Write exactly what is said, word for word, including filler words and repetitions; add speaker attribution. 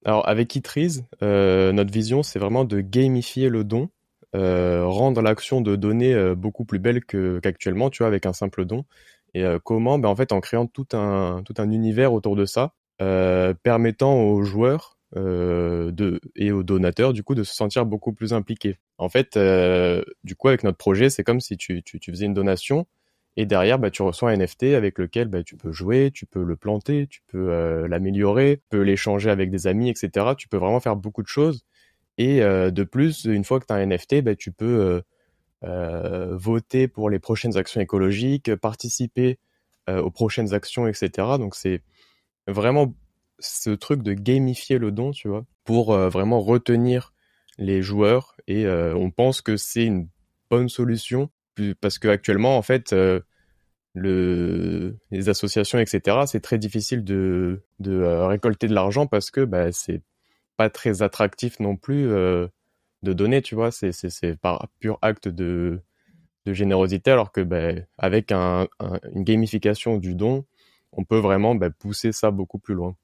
Speaker 1: Alors avec Itreeze, euh, notre vision, c'est vraiment de gamifier le don, euh, rendre l'action de donner euh, beaucoup plus belle que, qu'actuellement, tu vois, avec un simple don. Et euh, comment? Ben, en fait, en créant tout un, tout un univers autour de ça, euh, permettant aux joueurs euh, de, et aux donateurs, du coup, de se sentir beaucoup plus impliqués. En fait, euh, du coup, avec notre projet, c'est comme si tu, tu, tu faisais une donation, et derrière, bah, tu reçois un N F T avec lequel bah, tu peux jouer, tu peux le planter, tu peux euh, l'améliorer, tu peux l'échanger avec des amis, et cetera. Tu peux vraiment faire beaucoup de choses. Et euh, de plus, une fois que tu as un N F T, bah, tu peux euh, euh, voter pour les prochaines actions écologiques, participer euh, aux prochaines actions, et cetera. Donc c'est vraiment ce truc de gamifier le don, tu vois, pour euh, vraiment retenir les joueurs. Et euh, on pense que c'est une bonne solution pu- parce que actuellement, en fait, euh, le, les associations, et cetera, c'est très difficile de, de euh, récolter de l'argent parce que bah, c'est pas très attractif non plus euh, de donner, tu vois. C'est, c'est, c'est par pur acte de, de générosité, alors que bah, avec un, un- une gamification du don, on peut vraiment bah, pousser ça beaucoup plus loin.